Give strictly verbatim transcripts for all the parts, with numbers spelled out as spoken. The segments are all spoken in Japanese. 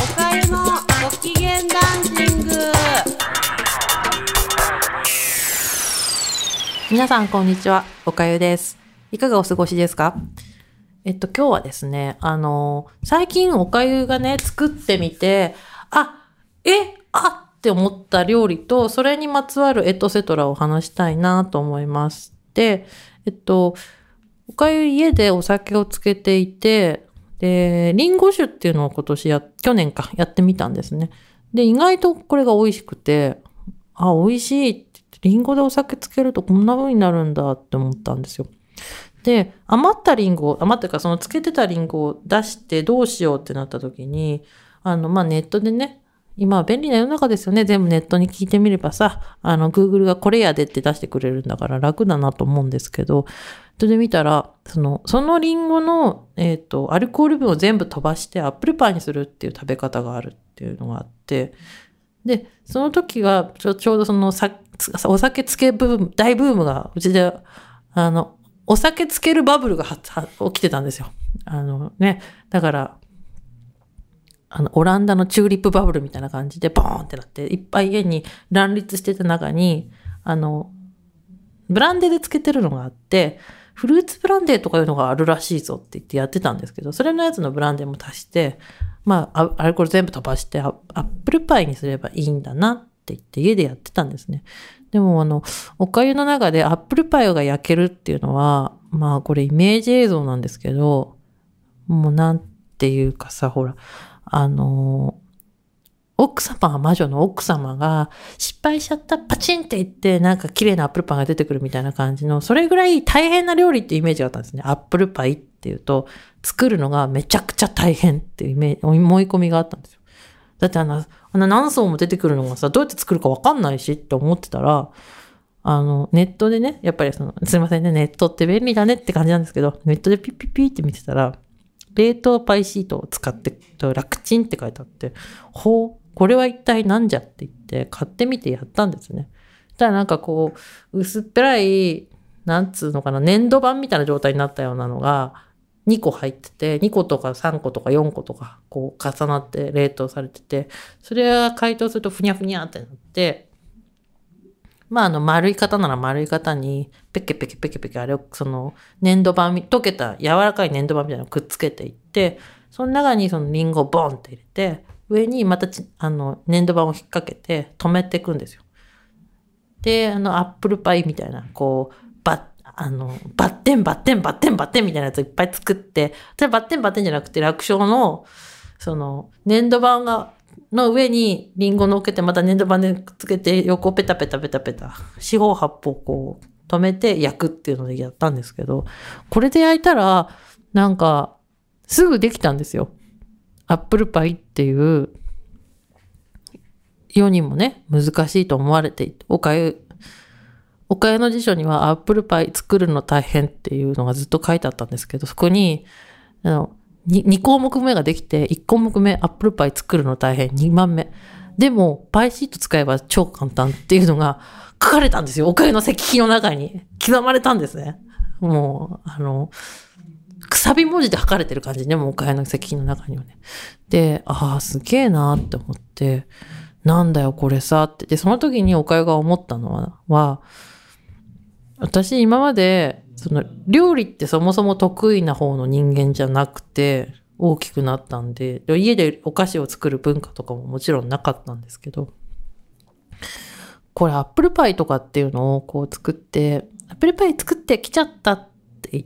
おかゆのご機嫌ダンシング。皆さんこんにちは、おかゆです。いかがお過ごしですか？えっと今日はですね、あの最近おかゆがね作ってみて、あ、え、あって思った料理とそれにまつわるエトセトラを話したいなと思います。で、えっとおかゆ家でお酒をつけていて、で、リンゴ酒っていうのを今年や、去年かやってみたんですね。で、意外とこれが美味しくて、あ、美味しいって言って、リンゴでお酒つけるとこんな風になるんだって思ったんですよ。で、余ったリンゴ、余ったかそのつけてたリンゴを出してどうしようってなった時に、あの、まあ、ネットでね、今は便利な世の中ですよね。全部ネットに聞いてみればさ、あの、Google がこれやでって出してくれるんだから楽だなと思うんですけど、それで見たら、その、そのリンゴの、えっと、アルコール分を全部飛ばしてアップルパイにするっていう食べ方があるっていうのがあって、で、その時がちょ、ちょうどそのさ、お酒つけブーム、大ブームが、うちで、あの、お酒つけるバブルがはは起きてたんですよ。あのね、だから、あの、オランダのチューリップバブルみたいな感じで、ボーンってなって、いっぱい家に乱立してた中に、あの、ブランデーでつけてるのがあって、フルーツブランデーとかいうのがあるらしいぞって言ってやってたんですけど、それのやつのブランデーも足して、まあ、アルコール全部飛ばしてアップルパイにすればいいんだなって言って家でやってたんですね。でもあの、お粥の中でアップルパイが焼けるっていうのは、まあこれイメージ映像なんですけど、もうなんていうかさ、ほら、あの、奥様が、魔女の奥様が失敗しちゃったパチンって言ってなんか綺麗なアップルパイが出てくるみたいな感じの、それぐらい大変な料理っていうイメージがあったんですね。アップルパイっていうと作るのがめちゃくちゃ大変っていうイメージ、思い込みがあったんですよ。だってあの、あの何層も出てくるのがさ、どうやって作るかわかんないしって思ってたら、あの、ネットでね、やっぱりその、すいませんね、ネットって便利だねって感じなんですけど、ネットでピッピッピッって見てたら、冷凍パイシートを使って、楽ちんって書いてあって、ほう、これは一体何じゃって言って買ってみてやったんですね。そしたらなんかこう、薄っぺらい、なんつうのかな、粘土板みたいな状態になったようなのがにこ入ってて、にことかさんことかよんことかこう重なって冷凍されてて、それが解凍するとふにゃふにゃってなって、まああの丸い型なら丸い型にペケペケペケペケあれをその粘土板、溶けた柔らかい粘土板みたいなのをくっつけていって、その中にそのリンゴをボンって入れて、上にまたちあの粘土板を引っ掛けて止めていくんですよ。で、あのアップルパイみたいな、こう、バッ、あの、バッテンバッテンバッテンバッテンみたいなやつをいっぱい作って、それバッテンバッテンじゃなくて楽勝の、その、粘土板が、の上にリンゴを乗っけて、また粘土板でくっつけて、横ペタペタペタペタ、四方八方こう、止めて焼くっていうのでやったんですけど、これで焼いたら、なんか、すぐできたんですよ。アップルパイっていう世にもね、難しいと思われていて、おかゆ、おかゆの辞書にはアップルパイ作るの大変っていうのがずっと書いてあったんですけど、そこに、あの、に項目目ができて、いち項目目、アップルパイ作るの大変、にばんめ。でも、パイシート使えば超簡単っていうのが書かれたんですよ。おかゆの石碑の中に刻まれたんですね。もう、あの、くさび文字で書かれてる感じね、もうおかゆの石碑の中にはね。で、ああ、すげえなーって思って、なんだよこれさって。で、その時におかゆが思ったのは、は私今まで、その料理ってそもそも得意な方の人間じゃなくて、大きくなったんで、家でお菓子を作る文化とかももちろんなかったんですけど、これアップルパイとかっていうのをこう作って、アップルパイ作ってきちゃったって言って、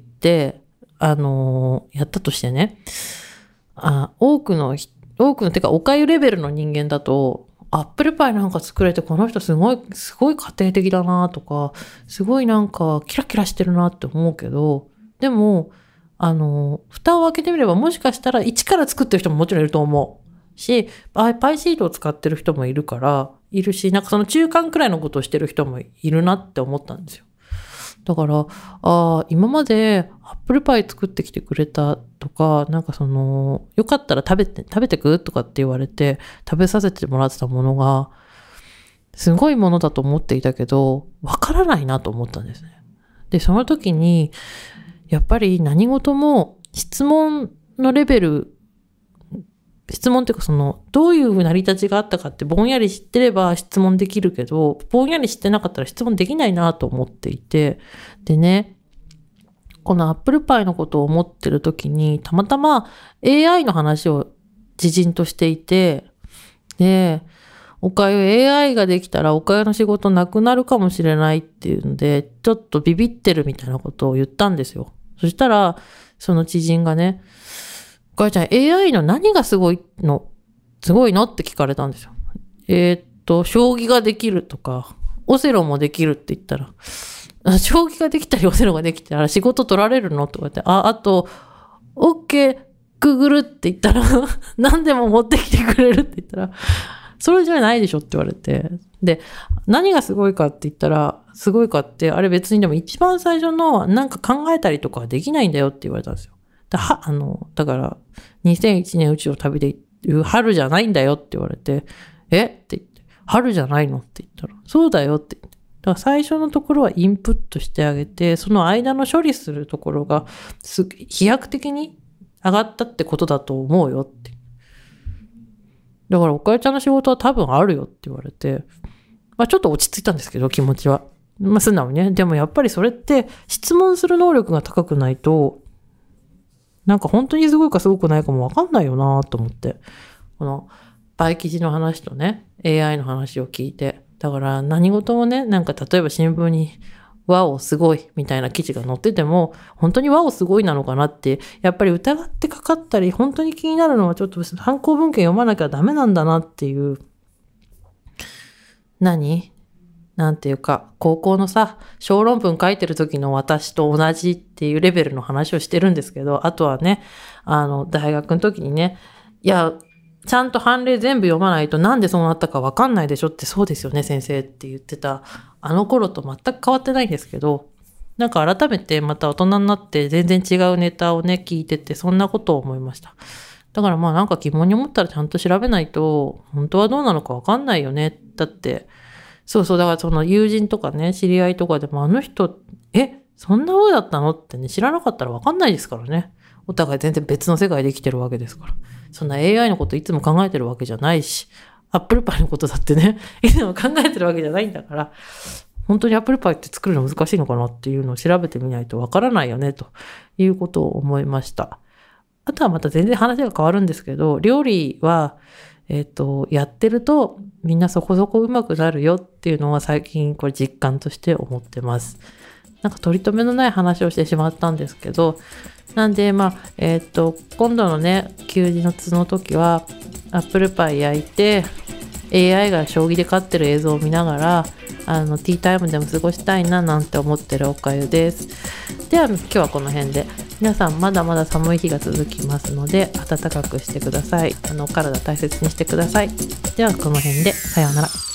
あのー、やったとしてね、あ、多くの、多くの、てかおかゆレベルの人間だと、アップルパイなんか作れてこの人すごい、すごい家庭的だなとか、すごいなんかキラキラしてるなって思うけど、でも、あの、蓋を開けてみればもしかしたら一から作ってる人ももちろんいると思うし、パイシートを使ってる人もいるから、いるし、なんかその中間くらいのことをしてる人もいるなって思ったんですよ。だから、ああ、今までアップルパイ作ってきてくれたとか、なんかその、よかったら食べて、食べてくとかって言われて、食べさせてもらってたものが、すごいものだと思っていたけど、わからないなと思ったんですね。で、その時に、やっぱり何事も質問のレベル質問っていうかその、どういう成り立ちがあったかってぼんやり知ってれば質問できるけど、ぼんやり知ってなかったら質問できないなと思っていて、でね、このアップルパイのことを思ってる時に、たまたま エーアイ の話を知人としていて、で、おかゆ エーアイ ができたらおかゆの仕事なくなるかもしれないっていうので、ちょっとビビってるみたいなことを言ったんですよ。そしたら、その知人がね、おかゆちゃん エーアイ の何がすごいのすごいのって聞かれたんですよ。えー、っと、将棋ができるとか、オセロもできるって言ったら、将棋ができたりオセロができたら仕事取られるのとか言って、あ、あと、OK、ググるって言ったら、何でも持ってきてくれるって言ったら、それじゃないでしょって言われて。で、何がすごいかって言ったら、すごいかって、あれ別にでも一番最初のなんか考えたりとかはできないんだよって言われたんですよ。だは、あの、だから、にせんいちねん宇宙の旅で言う春じゃないんだよって言われて、えって言って、春じゃないのって言ったら、そうだよって言って。だから最初のところはインプットしてあげて、その間の処理するところが、す飛躍的に上がったってことだと思うよって。だから、おかゆちゃんの仕事は多分あるよって言われて、まあちょっと落ち着いたんですけど、気持ちは。まあ素直にね。でもやっぱりそれって質問する能力が高くないと、なんか本当にすごいかすごくないかもわかんないよなと思って。この、パイ記事の話とね、エーアイ の話を聞いて。だから何事もね、なんか例えば新聞に、ワオすごいみたいな記事が載ってても、本当にワオすごいなのかなって、やっぱり疑ってかかったり、本当に気になるのはちょっと参考文献読まなきゃダメなんだなっていう、何なんていうか、高校のさ、小論文書いてる時の私と同じっていうレベルの話をしてるんですけど、あとはね、あの、大学の時にね、いや、ちゃんと判例全部読まないとなんでそうなったかわかんないでしょって、そうですよね先生って言ってたあの頃と全く変わってないんですけど、なんか改めてまた大人になって全然違うネタをね聞いてて、そんなことを思いました。だからまあなんか疑問に思ったらちゃんと調べないと本当はどうなのかわかんないよね。だってそうそう、だからその友人とかね知り合いとかでもあの人えそんな風だったのってね知らなかったらわかんないですからね。お互い全然別の世界で生きてるわけですから。そんな エーアイ のこといつも考えてるわけじゃないし、アップルパイのことだってね、いつも考えてるわけじゃないんだから、本当にアップルパイって作るの難しいのかなっていうのを調べてみないとわからないよね、ということを思いました。あとはまた全然話が変わるんですけど、料理は、えっと、やってるとみんなそこそこうまくなるよっていうのは最近これ実感として思ってます。なんか取り留めのない話をしてしまったんですけど、なんで、まあ、えっと、今度のね、休日の時は、アップルパイ焼いて、エーアイ が将棋で勝ってる映像を見ながら、あの、ティータイムでも過ごしたいな、なんて思ってるおかゆです。では、今日はこの辺で。皆さん、まだまだ寒い日が続きますので、暖かくしてください。あの、体大切にしてください。では、この辺で、さようなら。